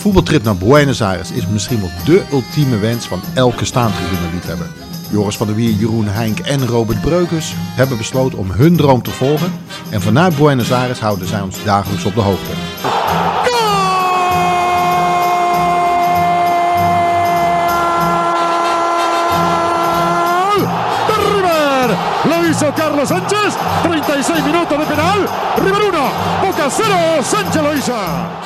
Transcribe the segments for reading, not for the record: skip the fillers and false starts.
voetbaltrip naar Buenos Aires is misschien wel de ultieme wens van elke staantribune-liefhebber. Joris van der Wier, Jeroen Heink en Robert Breukers hebben besloten om hun droom te volgen. En vanuit Buenos Aires houden zij ons dagelijks op de hoogte. Lo hizo Carlos Sánchez, 36 minutos de penal, River 1, Boca 0, Sánchez lo hizo.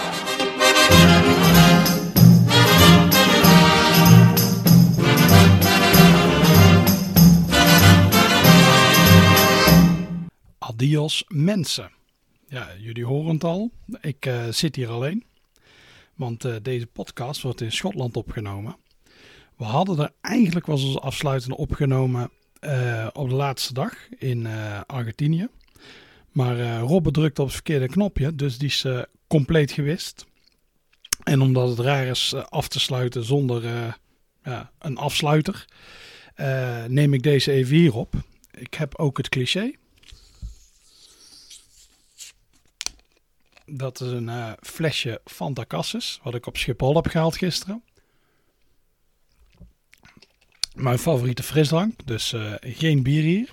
Adios mensen. Ja, jullie horen het al, ik zit hier alleen, want deze podcast wordt in Schotland opgenomen. We hadden er eigenlijk was als afsluitende opgenomen op de laatste dag in Argentinië. Maar Robert drukte op het verkeerde knopje, dus die is compleet gewist. En omdat het raar is af te sluiten zonder een afsluiter, neem ik deze even hierop. Ik heb ook het cliché. Dat is een flesje Fanta Cassis, wat ik op Schiphol heb gehaald gisteren. Mijn favoriete frisdrank, dus geen bier hier.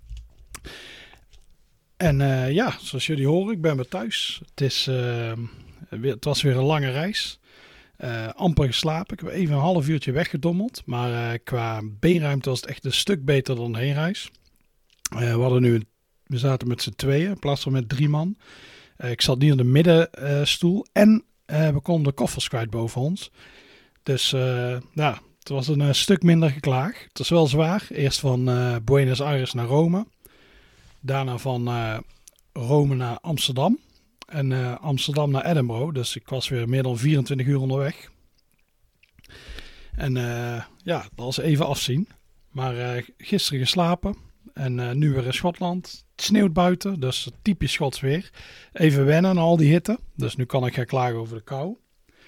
En zoals jullie horen, ik ben weer thuis. Het was weer een lange reis. Amper geslapen. Ik heb even een half uurtje weggedommeld. Maar qua beenruimte was het echt een stuk beter dan de heenreis. We zaten met z'n tweeën in plaats van met 3 man. Ik zat niet in de middenstoel. En we konden de koffers kwijt boven ons. Dus het was een stuk minder geklaag. Het was wel zwaar. Eerst van Buenos Aires naar Rome. Daarna van Rome naar Amsterdam. En Amsterdam naar Edinburgh. Dus ik was weer meer dan 24 uur onderweg. En dat was even afzien. Maar gisteren geslapen. En nu weer in Schotland. Het sneeuwt buiten. Dus typisch Schots weer. Even wennen aan al die hitte. Dus nu kan ik gaan klagen over de kou.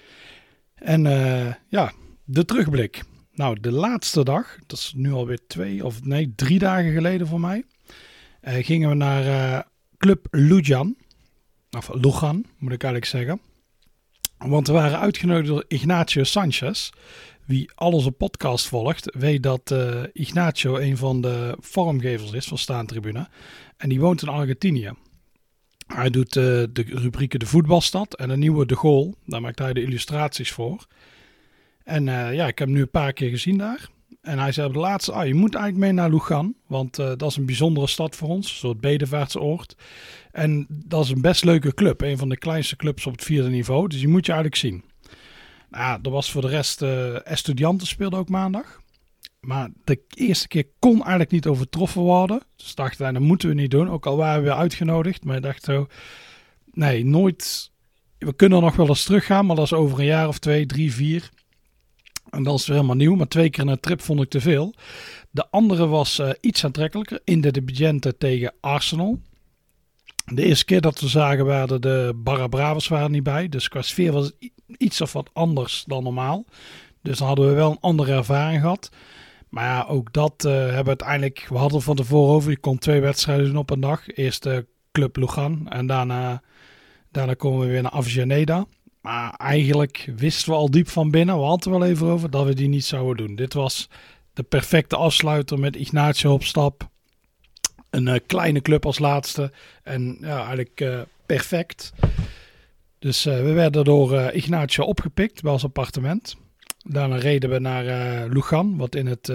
En de terugblik. Nou, de laatste dag, dat is nu alweer 3 dagen geleden voor mij, gingen we naar Club Lugan. Of Lugan, moet ik eigenlijk zeggen. Want we waren uitgenodigd door Ignacio Sanchez. Wie al onze podcast volgt, weet dat Ignacio een van de vormgevers is van Staantribune. En die woont in Argentinië. Hij doet de rubrieken De Voetbalstad en de nieuwe De Goal. Daar maakt hij de illustraties voor. En ik heb hem nu een paar keer gezien daar. En hij zei op de laatste, je moet eigenlijk mee naar Lugan. Want dat is een bijzondere stad voor ons. Een soort bedevaartsoord. En dat is een best leuke club. Een van de kleinste clubs op het 4e niveau. Dus die moet je eigenlijk zien. Nou, er was voor de rest Estudiantes speelde ook maandag. Maar de eerste keer kon eigenlijk niet overtroffen worden. Dus dachten wij, dat moeten we niet doen. Ook al waren we weer uitgenodigd. Maar ik dacht zo, nee, nooit. We kunnen nog wel eens teruggaan. Maar dat is over een jaar of 2, 3, 4. En dat is weer helemaal nieuw. Maar 2 keer een trip vond ik te veel. De andere was iets aantrekkelijker. Independiente tegen Arsenal. De eerste keer dat we zagen waren de Barra Bravas waren niet bij. Dus qua sfeer was het iets of wat anders dan normaal. Dus dan hadden we wel een andere ervaring gehad. Maar ja, ook dat hebben we uiteindelijk. We hadden van tevoren over. Je kon 2 wedstrijden doen op een dag. Eerst Club Lugan. En daarna komen we weer naar Avellaneda. Maar eigenlijk wisten we al diep van binnen. We hadden er wel even over dat we die niet zouden doen. Dit was de perfecte afsluiter met Ignacio op stap. Een kleine club als laatste. En ja, eigenlijk perfect. Dus we werden door Ignacio opgepikt bij ons appartement. Daarna reden we naar Lugan, wat in het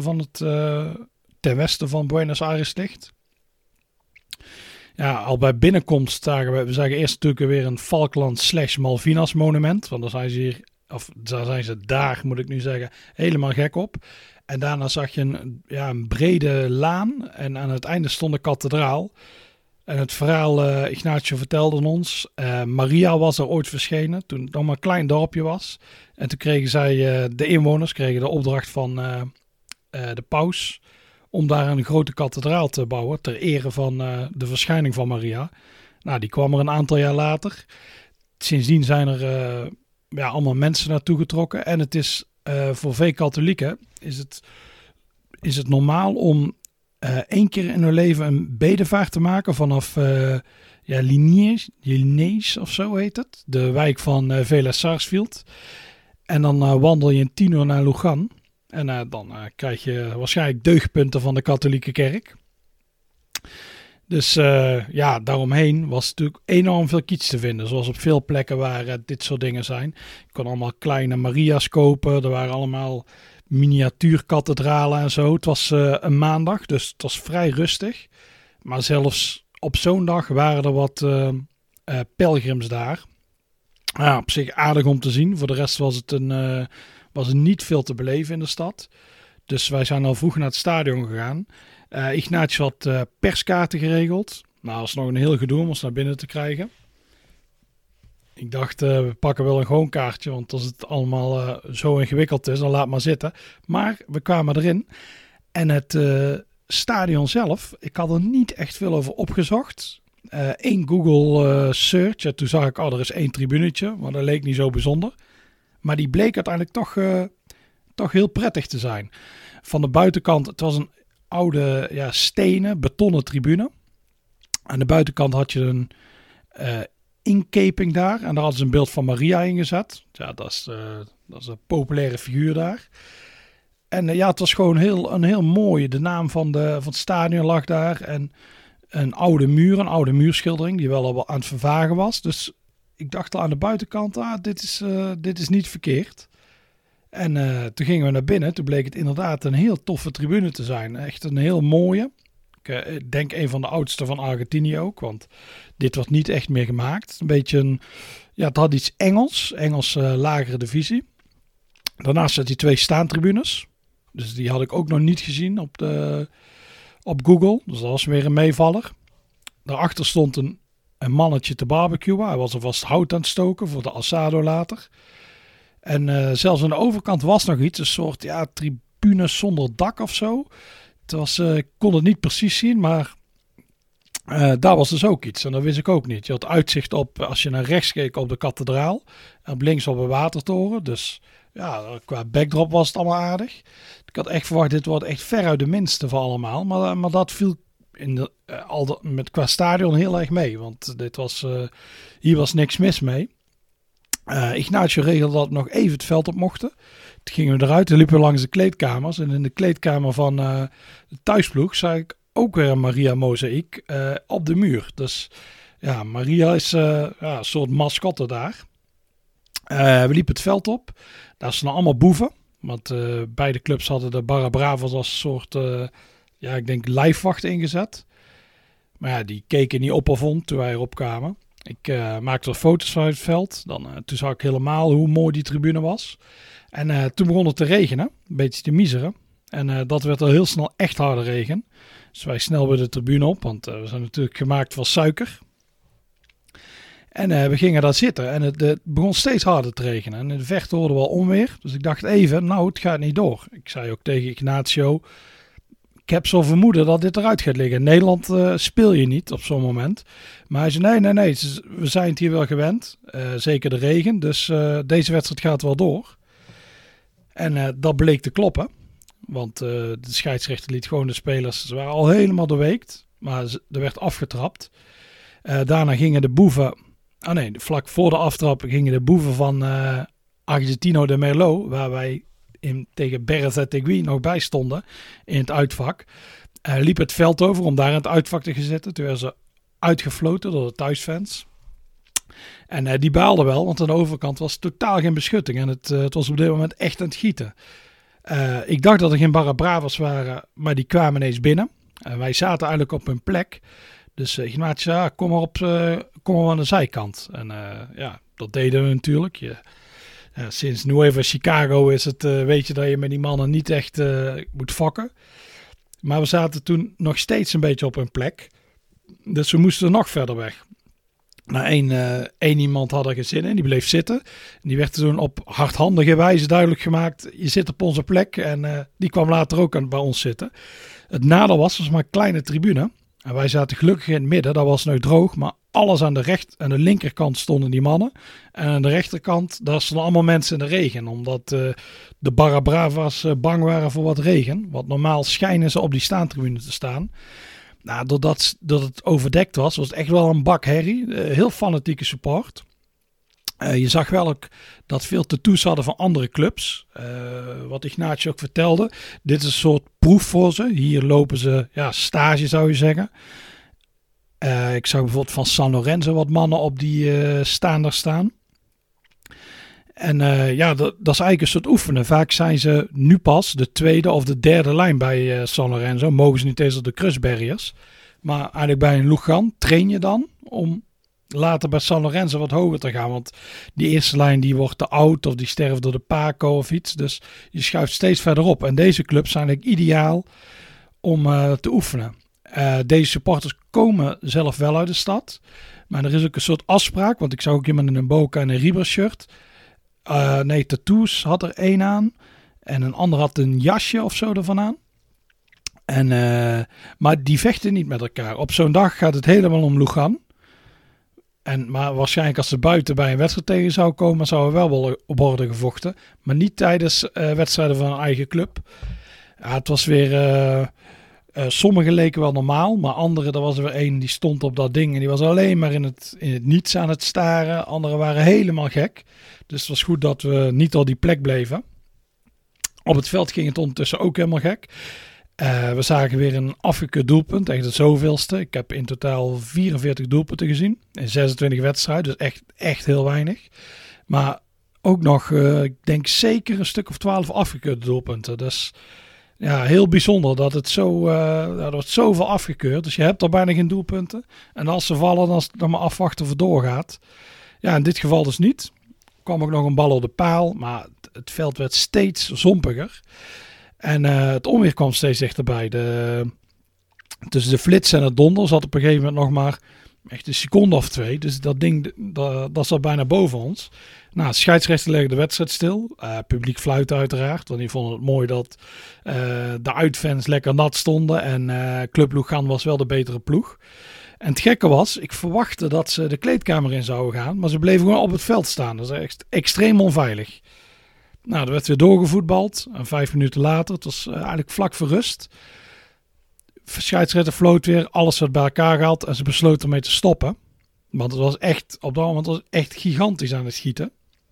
ten westen van Buenos Aires ligt. Ja, al bij binnenkomst zagen we zagen eerst natuurlijk weer een Falkland/Malvinas monument. Want daar zijn ze daar, moet ik nu zeggen, helemaal gek op. En daarna zag je een brede laan en aan het einde stond de kathedraal. En het verhaal, Ignacio vertelde ons, Maria was er ooit verschenen toen het nog maar een klein dorpje was. En toen kregen de inwoners de opdracht van de paus om daar een grote kathedraal te bouwen ter ere van de verschijning van Maria. Nou, die kwam er een aantal jaar later. Sindsdien zijn er allemaal mensen naartoe getrokken. En het is voor veel katholieken is het normaal om 1 keer in hun leven een bedevaart te maken vanaf Linees of zo heet het. De wijk van Villa Sarsfield. En dan wandel je in 10 uur naar Lugan. En dan krijg je waarschijnlijk deugdpunten van de katholieke kerk. Dus daaromheen was natuurlijk enorm veel kiets te vinden. Zoals op veel plekken waar dit soort dingen zijn. Je kon allemaal kleine Maria's kopen. Er waren allemaal miniatuurkathedralen en zo. Het was een maandag, dus het was vrij rustig. Maar zelfs op zo'n dag waren er wat pelgrims daar. Op zich aardig om te zien. Voor de rest was het niet veel te beleven in de stad. Dus wij zijn al vroeg naar het stadion gegaan. Ignatius had perskaarten geregeld. Nou, dat was nog een heel gedoe om ons naar binnen te krijgen. Ik dacht, we pakken wel een gewoon kaartje. Want als het allemaal zo ingewikkeld is, dan laat maar zitten. Maar we kwamen erin. En het stadion zelf, ik had er niet echt veel over opgezocht. Eén Google search. En toen zag ik, er is 1 tribunetje. Maar dat leek niet zo bijzonder. Maar die bleek uiteindelijk toch heel prettig te zijn. Van de buitenkant, het was een oude stenen, betonnen tribune. Aan de buitenkant had je een inkeping daar. En daar hadden ze een beeld van Maria ingezet. Ja, dat is een populaire figuur daar. En het was gewoon een heel mooi. De naam van het stadion lag daar. En een oude muurschildering die wel aan het vervagen was. Dus ik dacht al aan de buitenkant, dit is niet verkeerd. En toen gingen we naar binnen. Toen bleek het inderdaad een heel toffe tribune te zijn. Echt een heel mooie. Ik denk een van de oudste van Argentinië ook. Want dit wordt niet echt meer gemaakt. Een beetje het had iets Engels lagere divisie. Daarnaast had hij 2 staantribunes. Dus die had ik ook nog niet gezien op Google. Dus dat was weer een meevaller. Daarachter stond een mannetje te barbecuen. Hij was alvast hout aan het stoken voor de asado later. En zelfs aan de overkant was nog iets. Een soort tribune zonder dak of zo. Ik kon het niet precies zien, maar daar was dus ook iets. En dat wist ik ook niet. Je had uitzicht op, als je naar rechts keek, op de kathedraal. En op links op een watertoren. Dus qua backdrop was het allemaal aardig. Ik had echt verwacht, dit wordt echt veruit de minste van allemaal. Maar dat viel qua stadion heel erg mee. Want hier was niks mis mee. Ignatius regelde dat we nog even het veld op mochten. Toen gingen we eruit en liepen we langs de kleedkamers. En in de kleedkamer van de thuisploeg zag ik ook weer een Maria-mozaïek op de muur. Dus Maria is een soort mascotte daar. We liepen het veld op. Daar stonden allemaal boeven. Want beide clubs hadden de Barra Bravas als een soort, ik denk lijfwacht ingezet. Maar die keken niet op of om toen wij erop kwamen. Ik maakte er foto's van het veld. Toen zag ik helemaal hoe mooi die tribune was. En toen begon het te regenen. Een beetje te miseren. En dat werd al heel snel echt harde regen. Dus wij snel weer de tribune op. Want we zijn natuurlijk gemaakt van suiker. En we gingen daar zitten. En het begon steeds harder te regenen. En in de verte hoorden we al onweer. Dus ik dacht even, het gaat niet door. Ik zei ook tegen Ignatio, ik heb zo'n vermoeden dat dit eruit gaat liggen. In Nederland speel je niet op zo'n moment. Maar hij zei, nee. We zijn het hier wel gewend. Zeker de regen. Dus deze wedstrijd gaat wel door. En dat bleek te kloppen. Want de scheidsrechter liet gewoon de spelers, ze waren al helemaal doorweekt. Maar er werd afgetrapt. Daarna gingen de boeven, vlak voor de aftrap gingen de boeven van Argentino de Merlot, waar wij tegen Berazategui nog bij stonden in het uitvak. Liep het veld over om daar in het uitvak te gaan zitten. Toen werden ze uitgefloten door de thuisfans. En die baalden wel, want aan de overkant was totaal geen beschutting. En het was op dit moment echt aan het gieten. Ik dacht dat er geen Barra Bravas waren, maar die kwamen ineens binnen. Wij zaten eigenlijk op hun plek. Dus Ignatius, kom maar aan de zijkant. En dat deden we natuurlijk. Sinds Nueva Chicago is het, weet je dat je met die mannen niet echt moet fokken. Maar we zaten toen nog steeds een beetje op hun plek. Dus we moesten nog verder weg. Één iemand had er geen zin in, die bleef zitten. Die werd toen op hardhandige wijze duidelijk gemaakt, je zit op onze plek. En die kwam later ook bij ons zitten. Het nadeel was maar een kleine tribune. En wij zaten gelukkig in het midden, dat was nog droog. Maar alles aan de linkerkant stonden die mannen. En aan de rechterkant, daar stonden allemaal mensen in de regen. Omdat de Barra Bravas bang waren voor wat regen. Want normaal schijnen ze op die staantribune te staan. Nou, doordat het overdekt was het echt wel een bak herrie. Heel fanatieke support. Je zag wel ook dat veel tattoos hadden van andere clubs. Wat Ignacio ook vertelde. Dit is een soort proef voor ze. Hier lopen ze stage, zou je zeggen. Ik zag bijvoorbeeld van San Lorenzo wat mannen op die staander staan. En dat is eigenlijk een soort oefenen. Vaak zijn ze nu pas de tweede of de derde lijn bij San Lorenzo. Mogen ze niet eens op de crustbarriers. Maar eigenlijk bij een Lugan train je dan om later bij San Lorenzo wat hoger te gaan. Want die eerste lijn die wordt te oud of die sterft door de Paco of iets. Dus je schuift steeds verder op. En deze clubs zijn eigenlijk ideaal om te oefenen. Deze supporters komen zelf wel uit de stad. Maar er is ook een soort afspraak. Want ik zag ook iemand in een Boca en een River shirt. Tattoos had er één aan. En een ander had een jasje of zo ervan aan. Maar die vechten niet met elkaar. Op zo'n dag gaat het helemaal om Lugan. Maar waarschijnlijk als ze buiten bij een wedstrijd tegen zou komen, zou er wel worden gevochten. Maar niet tijdens wedstrijden van een eigen club. Ja, het was weer... sommige leken wel normaal, maar andere, er was er weer één die stond op dat ding en die was alleen maar in het niets aan het staren. Anderen waren helemaal gek. Dus het was goed dat we niet op die plek bleven. Op het veld ging het ondertussen ook helemaal gek. We zagen weer een afgekeurd doelpunt, echt het zoveelste. Ik heb in totaal 44 doelpunten gezien in 26 wedstrijden, dus echt heel weinig. Maar ook nog, ik denk zeker een stuk of 12 afgekeurde doelpunten. Dus ja, heel bijzonder dat het zo, er wordt zoveel afgekeurd. Dus je hebt er bijna geen doelpunten. En als ze vallen, dan is het dan maar afwachten of het doorgaat. Ja, in dit geval dus niet. Er kwam ook nog een bal op de paal, maar het veld werd steeds zompiger. En het onweer kwam steeds dichterbij. Tussen de flits en het donder zat op een gegeven moment nog maar echt een seconde of 2. Dus dat ding, dat zat bijna boven ons. Nou, scheidsrechter legde de wedstrijd stil. Publiek fluit uiteraard. Want die vonden het mooi dat de uitfans lekker nat stonden. En Club Lugan was wel de betere ploeg. En het gekke was, ik verwachtte dat ze de kleedkamer in zouden gaan. Maar ze bleven gewoon op het veld staan. Dat is echt extreem onveilig. Nou, er werd weer doorgevoetbald. En 5 minuten later, het was eigenlijk vlak voor rust. Scheidsrechter floot weer, alles werd bij elkaar gehaald. En ze besloten ermee te stoppen. Want het was echt, op dat moment was het echt gigantisch aan het schieten.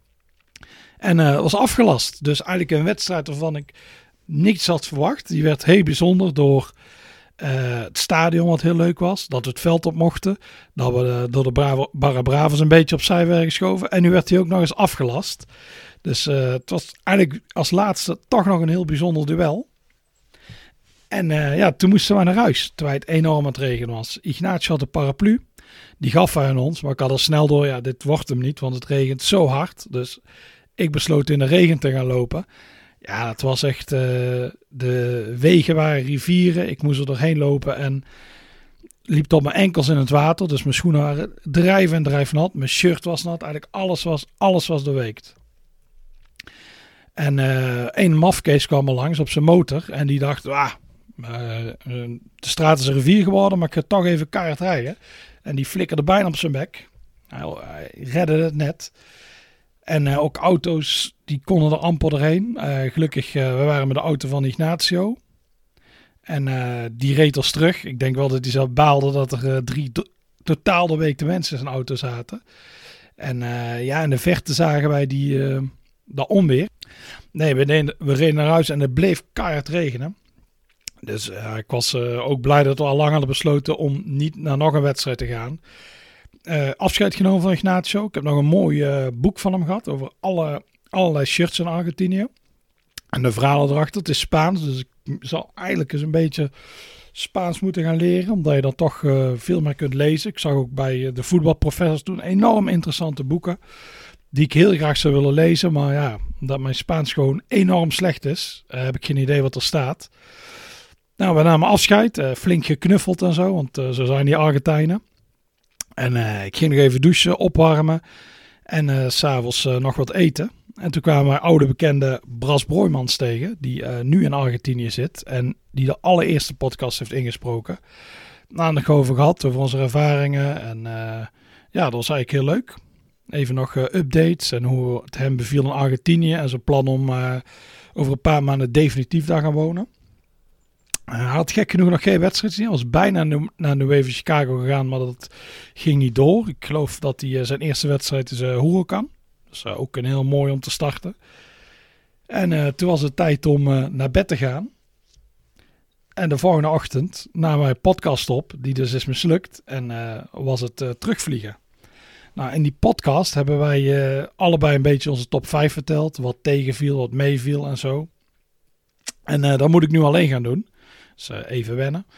En het was afgelast. Dus eigenlijk een wedstrijd waarvan ik niks had verwacht. Die werd heel bijzonder door het stadion wat heel leuk was. Dat we het veld op mochten. Dat we door de Barra Bravos een beetje opzij werden geschoven. En nu werd hij ook nog eens afgelast. Dus het was eigenlijk als laatste toch nog een heel bijzonder duel. En toen moesten we naar huis. Terwijl het enorm aan het regenen was. Ignacio had een paraplu. Die gaf hij aan ons. Maar ik had al snel door. Dit wordt hem niet. Want het regent zo hard. Dus ik besloot in de regen te gaan lopen. Ja, het was echt... de wegen waren rivieren. Ik moest er doorheen lopen. En liep tot mijn enkels in het water. Dus mijn schoenen waren drijfnat. Mijn shirt was nat. Eigenlijk alles was doorweekt. En een mafkees kwam er langs op zijn motor. En die dacht... de straat is een rivier geworden. Maar ik ga toch even keihard rijden. En die flikkerde bijna op zijn bek. Hij redde het net. En ook auto's, die konden er amper doorheen. Gelukkig, we waren met de auto van Ignacio. En die reed ons terug. Ik denk wel dat hij zelf baalde dat er 3 totaal doorweekte mensen in zijn auto zaten. En in de verte zagen wij dat onweer. Nee, we reden naar huis en het bleef keihard regenen. Dus ik was ook blij dat we al lang hadden besloten om niet naar nog een wedstrijd te gaan. Afscheid genomen van Ignacio. Ik heb nog een mooi boek van hem gehad over allerlei shirts in Argentinië. En de verhalen erachter. Het is Spaans, dus ik zal eigenlijk eens een beetje Spaans moeten gaan leren. Omdat je dan toch veel meer kunt lezen. Ik zag ook bij de voetbalprofessors toen enorm interessante boeken. Die ik heel graag zou willen lezen. Maar ja, omdat mijn Spaans gewoon enorm slecht is, heb ik geen idee wat er staat. Nou, we namen afscheid. Flink geknuffeld en zo. Want zo zijn die Argentijnen. En ik ging nog even douchen, opwarmen. En 's s'avonds nog wat eten. En toen kwamen mijn oude bekende Bras Broijmans tegen. Die nu in Argentinië zit. En die de allereerste podcast heeft ingesproken. Aandacht over gehad, over onze ervaringen. En dat was eigenlijk heel leuk. Even nog updates en hoe het hem beviel in Argentinië. En zijn plan om over een paar maanden definitief daar gaan wonen. Hij had gek genoeg nog geen wedstrijd gezien. Hij was bijna naar New Wave Chicago gegaan, maar dat ging niet door. Ik geloof dat hij zijn eerste wedstrijd is Huracan. Dus ook een heel mooi om te starten. En toen was het tijd om naar bed te gaan. En de volgende ochtend namen wij een podcast op, die dus is mislukt. En was het terugvliegen. Nou, in die podcast hebben wij allebei een beetje onze top 5 verteld. Wat tegenviel, wat meeviel en zo. En dat moet ik nu alleen gaan doen. Dus even wennen.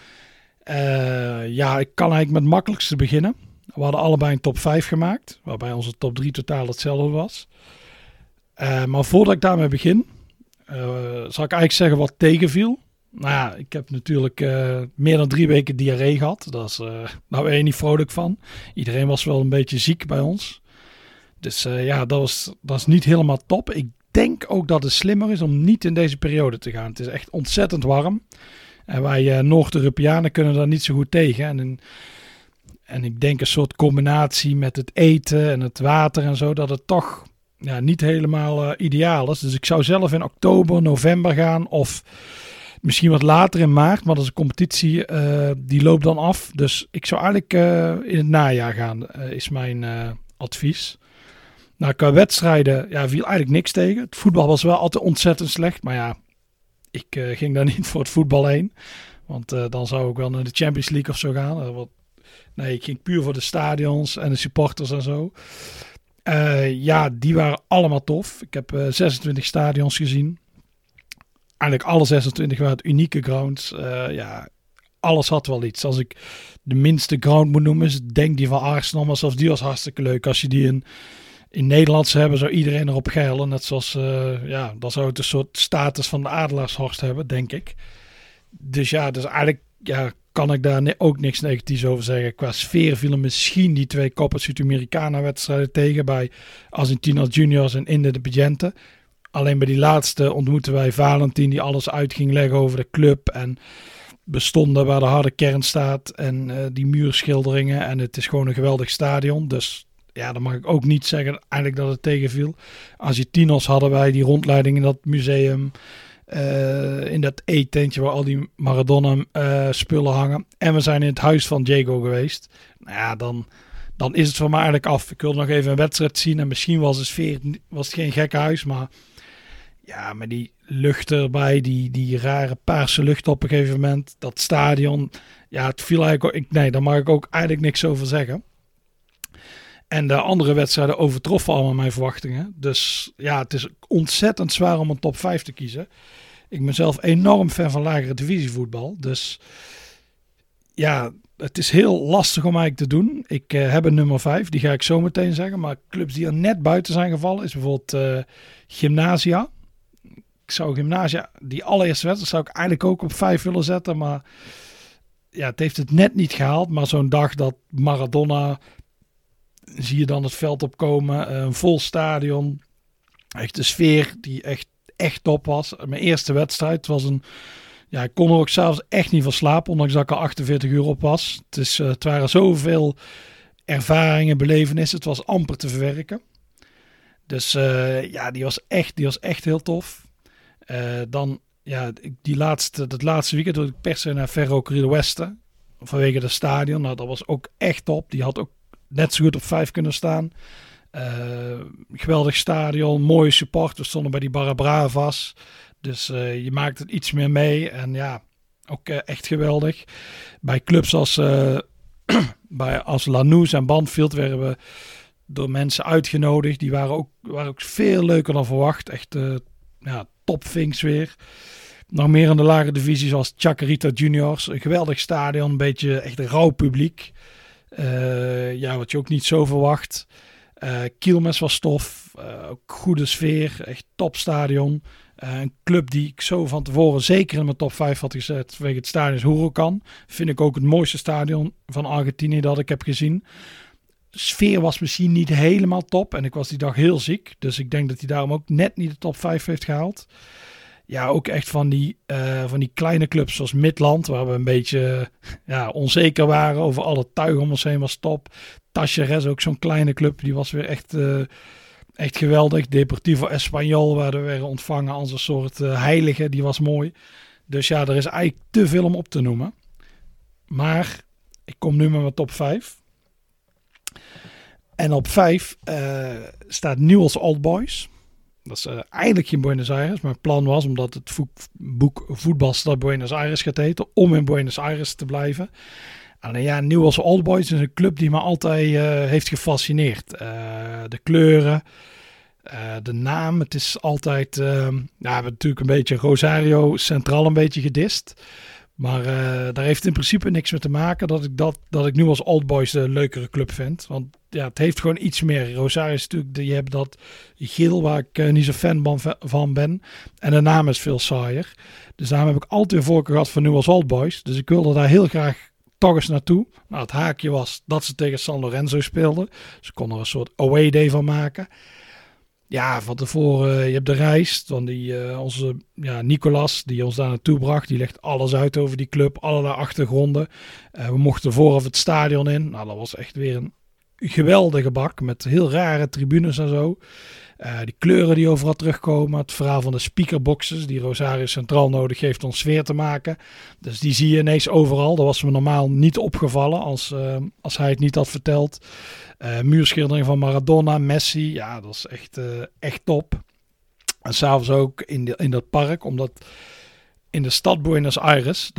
Ik kan eigenlijk met het makkelijkste beginnen. We hadden allebei een top 5 gemaakt. Waarbij onze top 3 totaal hetzelfde was. Maar voordat ik daarmee begin, zal ik eigenlijk zeggen wat tegenviel. Nou ja, ik heb natuurlijk meer dan 3 weken diarree gehad. Daar ben je niet vrolijk van. Iedereen was wel een beetje ziek bij ons. Dus dat is niet helemaal top. Ik denk ook dat het slimmer is om niet in deze periode te gaan. Het is echt ontzettend warm. En wij Noord-Europeanen kunnen daar niet zo goed tegen. En ik denk een soort combinatie met het eten en het water en zo, dat het toch niet helemaal ideaal is. Dus ik zou zelf in oktober, november gaan of misschien wat later in maart. Maar dat is een competitie, die loopt dan af. Dus ik zou eigenlijk in het najaar gaan, is mijn advies. Nou, qua wedstrijden viel eigenlijk niks tegen. Het voetbal was wel altijd ontzettend slecht. Maar ja, ik ging daar niet voor het voetbal heen. Want dan zou ik wel naar de Champions League of zo gaan. Nee, ik ging puur voor de stadions en de supporters en zo. Die waren allemaal tof. Ik heb 26 stadions gezien. Eigenlijk alle 26 waren het unieke grounds. Alles had wel iets. Als ik de minste ground moet noemen, is denk die van Arsenal. Maar zelfs die was hartstikke leuk. Als je die in Nederland zou hebben, zou iedereen erop geilen. Net zoals, dan zou het een soort status van de Adelaarshorst hebben, denk ik. Dus eigenlijk kan ik daar ook niks negatiefs over zeggen. Qua sfeer vielen misschien die 2 Copa Sudamericana wedstrijden tegen bij Argentinos Juniors en Independiente. Alleen bij die laatste ontmoeten wij Valentin, die alles uit ging leggen over de club en bestonden waar de harde kern staat en die muurschilderingen. En het is gewoon een geweldig stadion. Dus dan mag ik ook niet zeggen eigenlijk dat het tegenviel. Argentinos hadden wij die rondleiding in dat museum, in dat eetentje waar al die Maradona spullen hangen. En we zijn in het huis van Diego geweest. Nou ja, dan is het voor mij eigenlijk af. Ik wilde nog even een wedstrijd zien en misschien was de sfeer, was het geen gekke huis, maar ja, met die lucht erbij, die rare paarse lucht op een gegeven moment, dat stadion, het viel eigenlijk ook, daar mag ik ook eigenlijk niks over zeggen. En de andere wedstrijden overtroffen allemaal mijn verwachtingen. Dus het is ontzettend zwaar om een top 5 te kiezen. Ik ben zelf enorm fan van lagere divisievoetbal. Dus het is heel lastig om eigenlijk te doen. Ik heb een nummer 5, die ga ik zo meteen zeggen. Maar clubs die er net buiten zijn gevallen is bijvoorbeeld Gymnasia. Ik zou Gymnasia, die allereerste wedstrijd, zou ik eigenlijk ook op 5 willen zetten. Maar het heeft het net niet gehaald. Maar zo'n dag dat Maradona, zie je dan het veld opkomen, een vol stadion. Echt de sfeer die echt top was. Mijn eerste wedstrijd was ik kon er ook zelfs echt niet van slapen, ondanks dat ik al 48 uur op was. Het waren zoveel ervaringen, belevenissen. Het was amper te verwerken. Dus die was echt heel tof. Dan, dat laatste weekend wilde ik per se naar Ferro Carril Oeste vanwege het stadion. Nou, dat was ook echt top. Die had ook net zo goed op 5 kunnen staan. Geweldig stadion, mooie support. We stonden bij die Barra Bravas. Dus je maakt het iets meer mee. En ook echt geweldig. Bij clubs als Lanús en Banfield werden we door mensen uitgenodigd. Die waren ook veel leuker dan verwacht. Echt topvinks weer. Nog meer in de lagere divisie zoals Chacarita Juniors. Een geweldig stadion. Een beetje echt een rauw publiek. Wat je ook niet zo verwacht. Quilmes was tof. Ook goede sfeer. Echt topstadion. Een club die ik zo van tevoren zeker in mijn top 5 had gezet vanwege het stadion is Huracan. Vind ik ook het mooiste stadion van Argentinië dat ik heb gezien. De sfeer was misschien niet helemaal top. En ik was die dag heel ziek. Dus ik denk dat hij daarom ook net niet de top 5 heeft gehaald. Ja, ook echt van die kleine clubs zoals Midland, waar we een beetje onzeker waren over alle tuigen om ons heen, was top. Tacheres, ook zo'n kleine club, die was weer echt geweldig. Deportivo Español, waar we werden ontvangen als een soort heilige, die was mooi. Dus ja, er is eigenlijk te veel om op te noemen. Maar ik kom nu met mijn top 5. En op 5 staat Newell's Old Boys. Dat is eigenlijk in Buenos Aires. Mijn plan was, omdat het boek Voetbalstad Buenos Aires gaat heten, om in Buenos Aires te blijven. Alleen ja, Newell's Old Boys is een club die me altijd heeft gefascineerd. De kleuren, de naam. Het is altijd, we hebben natuurlijk een beetje Rosario Central een beetje gedist. Maar daar heeft in principe niks mee te maken dat ik Newell's Old Boys de leukere club vind. Want ja, het heeft gewoon iets meer. Rosario is natuurlijk, je hebt dat geel waar ik niet zo fan van ben. En de naam is veel saaier. Dus daarom heb ik altijd een voorkeur gehad voor Newell's Old Boys. Dus ik wilde daar heel graag toch eens naartoe. Nou, het haakje was dat ze tegen San Lorenzo speelden. Ze konden er een soort away day van maken. Ja, van tevoren, je hebt de reis van onze Nicolas, die ons daar naartoe bracht. Die legt alles uit over die club, allerlei achtergronden. We mochten vooraf het stadion in. Nou, dat was echt weer een geweldige bak met heel rare tribunes en zo. Die kleuren die overal terugkomen. Het verhaal van de speakerboxes die Rosario Central nodig heeft om sfeer te maken. Dus die zie je ineens overal. Dat was me normaal niet opgevallen als hij het niet had verteld. Muurschildering van Maradona, Messi. Ja, dat is echt top. En s'avonds ook in dat park. Omdat in de stad Buenos Aires,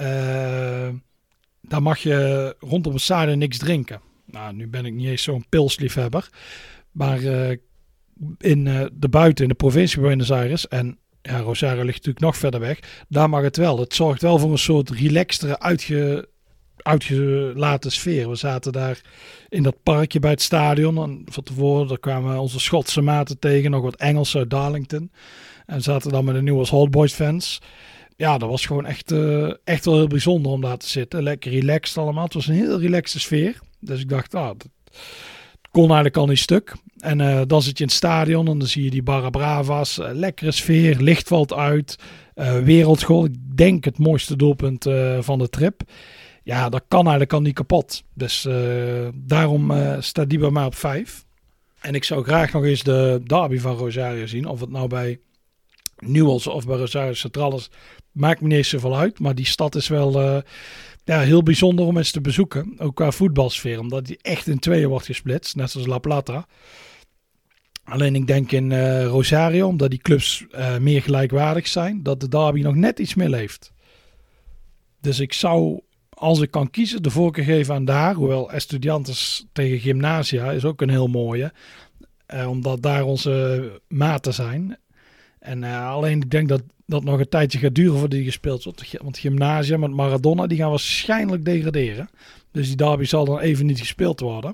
daar mag je rondom het stadion niks drinken. Nou, nu ben ik niet eens zo'n pilsliefhebber. Maar in de provincie Buenos Aires, en ja, Rosario ligt natuurlijk nog verder weg, daar mag het wel. Het zorgt wel voor een soort relaxtere, uitgelaten sfeer. We zaten daar in dat parkje bij het stadion. En van tevoren daar kwamen onze Schotse maten tegen, nog wat Engelse uit Darlington. En zaten dan met de Newell's Old Boys fans. Ja, dat was gewoon echt wel heel bijzonder om daar te zitten. Lekker relaxed allemaal. Het was een heel relaxte sfeer. Dus ik dacht, dat kon eigenlijk al niet stuk. En dan zit je in het stadion en dan zie je die Barra Bravas. Lekkere sfeer, licht valt uit. Wereldgoal. Ik denk het mooiste doelpunt van de trip. Ja, dat kan eigenlijk al niet kapot. Dus daarom staat die bij mij op 5. En ik zou graag nog eens de derby van Rosario zien. Of het nou bij Newell's of bij Rosario Central is, maakt me niet eens zoveel uit. Maar die stad is wel heel bijzonder om eens te bezoeken. Ook qua voetbalsfeer. Omdat die echt in tweeën wordt gesplitst. Net zoals La Plata. Alleen ik denk in Rosario, omdat die clubs meer gelijkwaardig zijn, dat de derby nog net iets meer leeft. Dus ik zou, als ik kan kiezen, de voorkeur geven aan daar. Hoewel Estudiantes tegen Gimnasia is ook een heel mooie. Omdat daar onze maten zijn. En alleen ik denk dat dat nog een tijdje gaat duren voordat die gespeeld wordt. Want Gimnasia met Maradona, die gaan waarschijnlijk degraderen. Dus die derby zal dan even niet gespeeld worden.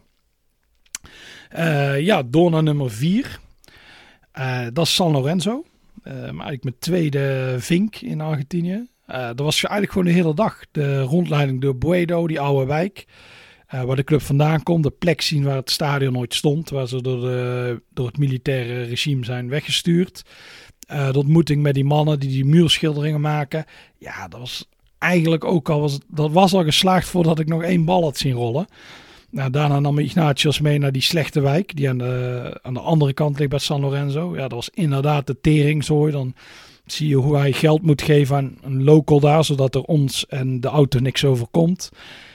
Door naar nummer 4. Dat is San Lorenzo. Maar eigenlijk mijn tweede vink in Argentinië. Dat was eigenlijk gewoon de hele dag. De rondleiding door Boedo, die oude wijk. Waar de club vandaan komt. De plek zien waar het stadion ooit stond. Waar ze door het militaire regime zijn weggestuurd. De ontmoeting met die mannen die muurschilderingen maken. Ja, dat was eigenlijk ook al geslaagd voordat ik nog 1 bal had zien rollen. Nou, daarna nam Ignatius mee naar die slechte wijk. Die aan de andere kant ligt bij San Lorenzo. Ja, dat was inderdaad de teringzooi. Dan zie je hoe hij geld moet geven aan een local daar. Zodat er ons en de auto niks overkomt.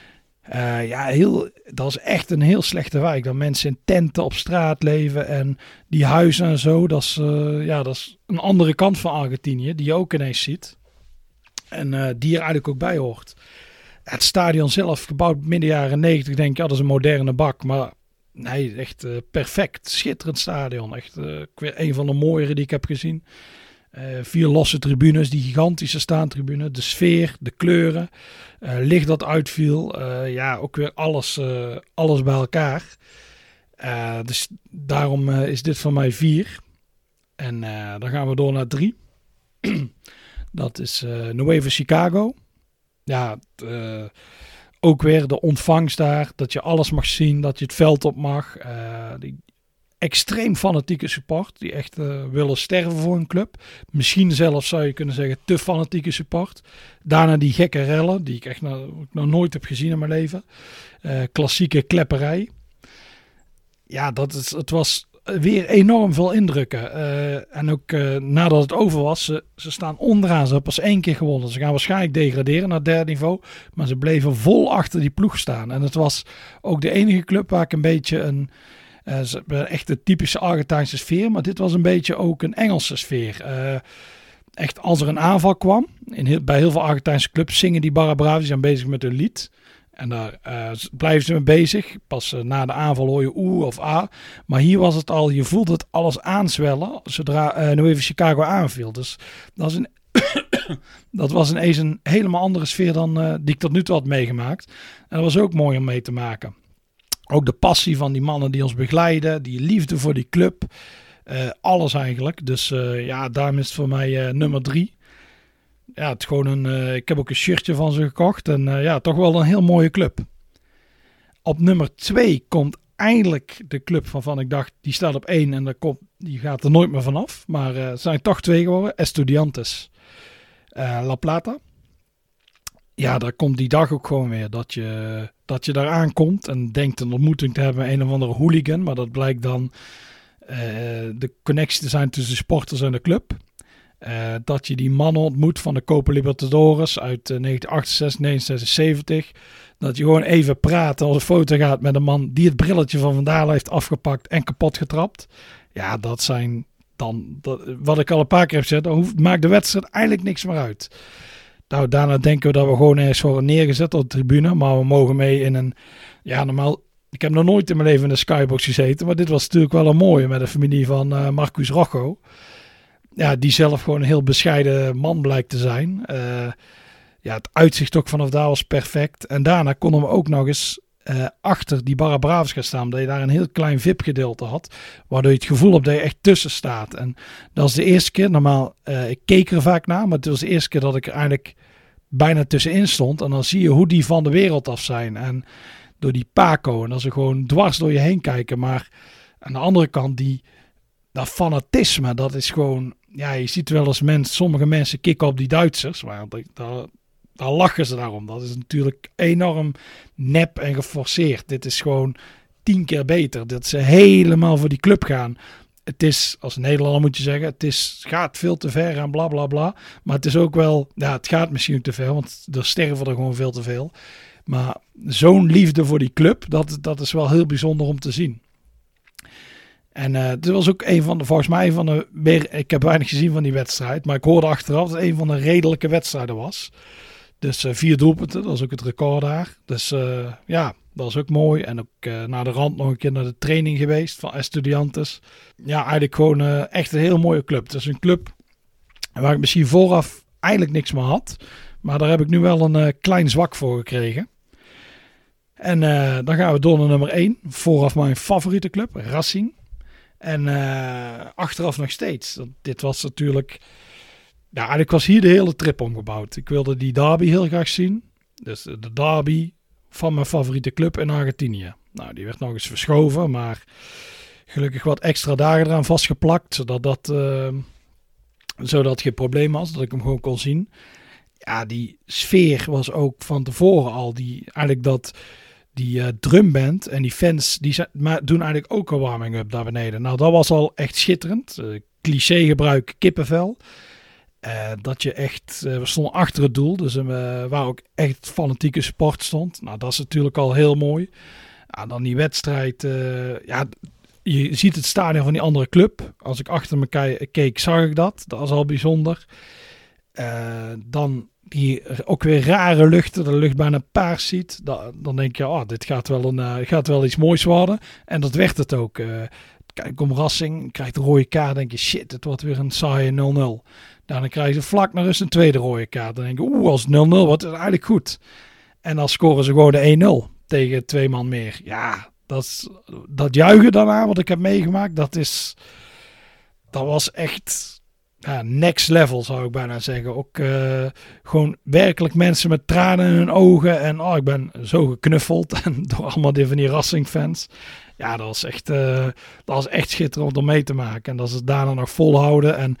Dat is echt een heel slechte wijk. Dat mensen in tenten op straat leven. En die huizen en zo. Dat is een andere kant van Argentinië. Die je ook ineens ziet. En die er eigenlijk ook bij hoort. Het stadion zelf, gebouwd midden jaren 90, denk ik, dat is een moderne bak. Maar nee, echt perfect. Schitterend stadion. Echt weer een van de mooiere die ik heb gezien. 4 losse tribunes, die gigantische staantribune. De sfeer, de kleuren, licht dat uitviel. Ook weer alles bij elkaar. Dus daarom is dit van mij 4. En dan gaan we door naar 3. Dat is Nueva Chicago. Ja, ook weer de ontvangst daar. Dat je alles mag zien. Dat je het veld op mag. Die extreem fanatieke support. Die echt willen sterven voor een club. Misschien zelfs zou je kunnen zeggen te fanatieke support. Daarna die gekke rellen. Die ik echt nog nooit heb gezien in mijn leven. Klassieke klepperij. Ja, het was weer enorm veel indrukken. En ook nadat het over was, ze staan onderaan. Ze hebben pas 1 keer gewonnen. Ze gaan waarschijnlijk degraderen naar het 3e niveau. Maar ze bleven vol achter die ploeg staan. En het was ook de enige club waar ik een beetje ze hebben echt de typische Argentijnse sfeer. Maar dit was een beetje ook een Engelse sfeer. Echt als er een aanval kwam. Bij heel veel Argentijnse clubs zingen die Barra Brava. Die zijn bezig met hun lied. En daar blijven ze mee bezig. Pas na de aanval hoor je oeh of ah. Maar hier was het al, je voelde het alles aanzwellen zodra Nueva Chicago aanviel. Dus dat was ineens een helemaal andere sfeer dan die ik tot nu toe had meegemaakt. En dat was ook mooi om mee te maken. Ook de passie van die mannen die ons begeleiden. Die liefde voor die club. Alles eigenlijk. Dus daarom is het voor mij nummer 3. Ja, het is gewoon ik heb ook een shirtje van ze gekocht. En toch wel een heel mooie club. Op nummer 2 komt eindelijk de club waarvan ik dacht, die staat op 1 en die gaat er nooit meer vanaf. Maar het zijn toch 2 geworden. Estudiantes La Plata. Ja, daar komt die dag ook gewoon weer. Dat je daar aankomt en denkt een ontmoeting te hebben met een of andere hooligan. Maar dat blijkt dan de connectie te zijn tussen de sporters en de club. Dat je die mannen ontmoet van de Copa Libertadores uit 1968, 1976. Dat je gewoon even praat als een foto gaat met een man die het brilletje van Van Dalen heeft afgepakt en kapot getrapt. Ja, dat zijn dan, wat ik al een paar keer heb gezegd, maakt de wedstrijd eigenlijk niks meer uit. Nou, daarna denken we dat we gewoon ergens worden neergezet op de tribune. Maar we mogen mee in een, normaal, ik heb nog nooit in mijn leven in een skybox gezeten. Maar dit was natuurlijk wel een mooie met de familie van Marcus Rojo. Ja, die zelf gewoon een heel bescheiden man blijkt te zijn. Het uitzicht ook vanaf daar was perfect. En daarna konden we ook nog eens achter die Barra Bravas gaan staan. Dat je daar een heel klein VIP-gedeelte had. Waardoor je het gevoel hebt dat je echt tussen staat. En dat is de eerste keer. Normaal, ik keek er vaak naar. Maar het was de eerste keer dat ik er eigenlijk bijna tussenin stond. En dan zie je hoe die van de wereld af zijn. En door die Paco. En dat ze gewoon dwars door je heen kijken. Maar aan de andere kant, dat fanatisme, dat is gewoon... Ja, je ziet wel eens sommige mensen kicken op die Duitsers. Maar daar lachen ze daarom. Dat is natuurlijk enorm nep en geforceerd. Dit is gewoon 10 keer beter. Dat ze helemaal voor die club gaan. Het is, als Nederlander moet je zeggen, gaat veel te ver en bla bla bla. Maar het is ook wel, het gaat misschien ook te ver, want er sterven er gewoon veel te veel. Maar zo'n liefde voor die club, dat is wel heel bijzonder om te zien. En dit was ook volgens mij ik heb weinig gezien van die wedstrijd, maar ik hoorde achteraf dat het een van de redelijke wedstrijden was. Dus 4 doelpunten, dat is ook het record daar. Dus dat was ook mooi. En ook naar de rand nog een keer naar de training geweest van Estudiantes. Ja, eigenlijk gewoon echt een heel mooie club. Het is een club waar ik misschien vooraf eigenlijk niks meer had. Maar daar heb ik nu wel een klein zwak voor gekregen. En dan gaan we door naar nummer 1. Vooraf mijn favoriete club, Racing. En achteraf nog steeds. Dit was natuurlijk... Ja, eigenlijk was hier de hele trip omgebouwd. Ik wilde die derby heel graag zien. Dus de derby van mijn favoriete club in Argentinië. Nou, die werd nog eens verschoven, maar gelukkig wat extra dagen eraan vastgeplakt, zodat geen probleem was, dat ik hem gewoon kon zien. Ja, die sfeer was ook van tevoren al, die drumband en die fans, doen eigenlijk ook een warming-up daar beneden. Nou, dat was al echt schitterend. Cliché gebruik, kippenvel. Dat je echt, we stonden achter het doel, dus waar ook echt fanatieke support stond. Nou, dat is natuurlijk al heel mooi. Dan die wedstrijd, je ziet het stadion van die andere club. Als ik achter me keek, zag ik dat. Dat was al bijzonder. Dan die ook weer rare luchten, de lucht bijna paars ziet. Dan denk je, dit gaat wel iets moois worden. En dat werd het ook. Kijk, om Racing, krijgt een rode kaart, denk je, shit, het wordt weer een saaie 0-0. Dan krijgen ze vlak naar rust een tweede rode kaart. Dan denk je, als het 0-0 wordt, is het eigenlijk goed. En dan scoren ze gewoon de 1-0 tegen 2 man meer. Ja, dat juichen daarna, wat ik heb meegemaakt, dat was echt next level, zou ik bijna zeggen. Ook gewoon werkelijk mensen met tranen in hun ogen. En ik ben zo geknuffeld en door allemaal van die Racing fans. Ja, dat was echt schitterend om mee te maken. En dat ze het daarna nog volhouden. En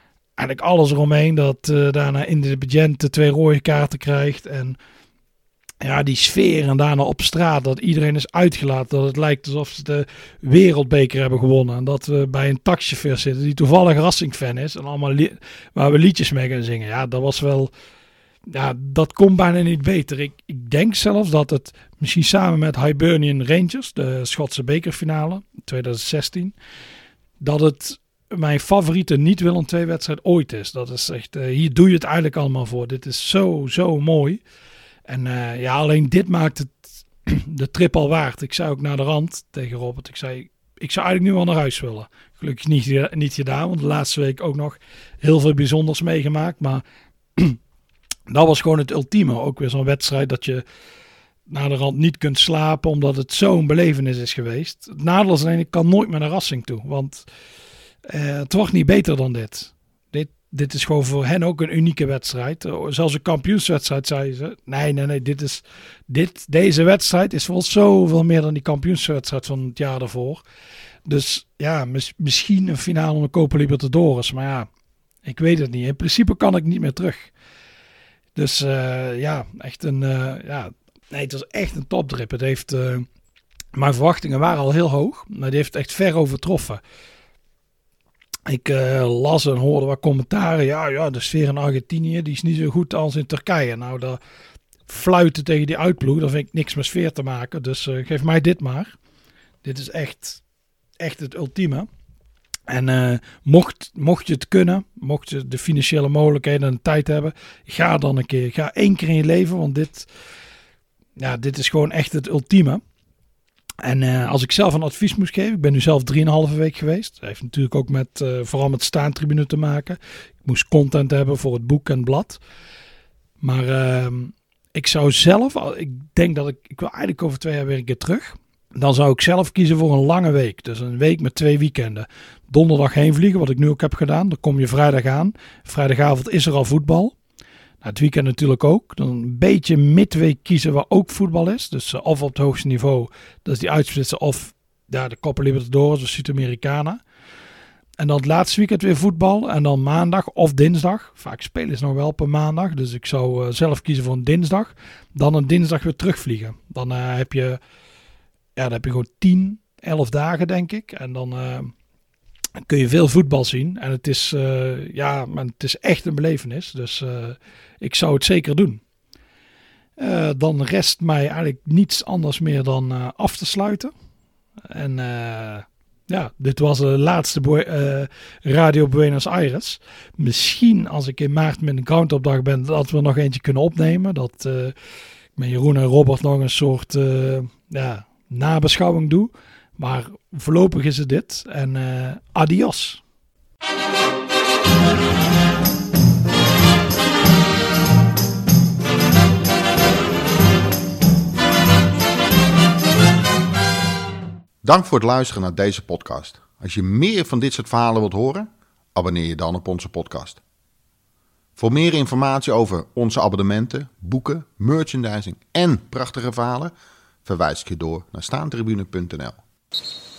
eigenlijk alles eromheen. Dat daarna Independiente 2 rode kaarten krijgt. En ja, die sfeer en daarna op straat, dat iedereen is uitgelaten. Dat het lijkt alsof ze de wereldbeker hebben gewonnen. En dat we bij een taxichauffeur zitten die toevallig Racing-fan is. En allemaal waar we liedjes mee gaan zingen. Ja, dat was wel... Ja, dat kon bijna niet beter. Ik denk zelfs dat het misschien samen met Hibernian Rangers, de Schotse bekerfinale 2016, dat het mijn favoriete niet-Willem II-wedstrijd ooit is. Dat is echt, hier doe je het eigenlijk allemaal voor. Dit is zo mooi. En ja, alleen dit maakt het de trip al waard. Ik zei ook naar de rand tegen Robert. Ik zou eigenlijk nu wel naar huis willen. Gelukkig niet gedaan, want de laatste week ook nog heel veel bijzonders meegemaakt. Maar dat was gewoon het ultieme. Ook weer zo'n wedstrijd dat je naar de rand niet kunt slapen, omdat het zo'n belevenis is geweest. Het nadeel is alleen, ik kan nooit meer naar Racing toe. Want het wordt niet beter dan dit. Dit is gewoon voor hen ook een unieke wedstrijd. Zelfs een kampioenswedstrijd, zeiden ze. Nee. Deze wedstrijd is voor ons zoveel meer dan die kampioenswedstrijd van het jaar daarvoor. Dus ja, misschien een finale om de Copa Libertadores. Maar ja, ik weet het niet. In principe kan ik niet meer terug. Dus ja, echt een... nee, het was echt een toptrip. Het heeft... mijn verwachtingen waren al heel hoog. Maar die heeft het echt ver overtroffen. Ik las en hoorde wat commentaren. Ja, de sfeer in Argentinië die is niet zo goed als in Turkije. Nou, dat fluiten tegen die uitploeg, daar vind ik niks met sfeer te maken. Dus geef mij dit maar. Dit is echt het ultieme. En mocht je het kunnen, mocht je de financiële mogelijkheden en de tijd hebben, ga dan een keer. Ga 1 keer in je leven, want dit is gewoon echt het ultieme. En als ik zelf een advies moest geven, ik ben nu zelf 3,5 week geweest. Dat heeft natuurlijk ook vooral met staantribune te maken. Ik moest content hebben voor het boek en het blad. Maar ik zou zelf, ik denk dat ik wil eigenlijk over 2 jaar weer een keer terug. Dan zou ik zelf kiezen voor een lange week. Dus een week met 2 weekenden. Donderdag heen vliegen, wat ik nu ook heb gedaan. Dan kom je vrijdag aan. Vrijdagavond is er al voetbal. Het weekend natuurlijk ook. Dan een beetje midweek kiezen waar ook voetbal is. Dus of op het hoogste niveau, dat is die uitsplitsen, of de Copa Libertadores of Sudamericana. En dan het laatste weekend weer voetbal. En dan maandag of dinsdag. Vaak spelen ze nog wel op een maandag. Dus ik zou zelf kiezen voor een dinsdag. Dan een dinsdag weer terugvliegen. Dan heb je gewoon 10, 11 dagen denk ik. En dan kun je veel voetbal zien. En het is, het is echt een belevenis. Dus ik zou het zeker doen. Dan rest mij eigenlijk niets anders meer dan af te sluiten. En dit was de laatste Radio Buenos Aires. Misschien als ik in maart met een Groundhopdag ben, dat we nog eentje kunnen opnemen. Dat ik met Jeroen en Robert nog een soort nabeschouwing doe. Maar voorlopig is het dit. En adios. Dank voor het luisteren naar deze podcast. Als je meer van dit soort verhalen wilt horen, abonneer je dan op onze podcast. Voor meer informatie over onze abonnementen, boeken, merchandising en prachtige verhalen, verwijs ik je door naar staantribune.nl.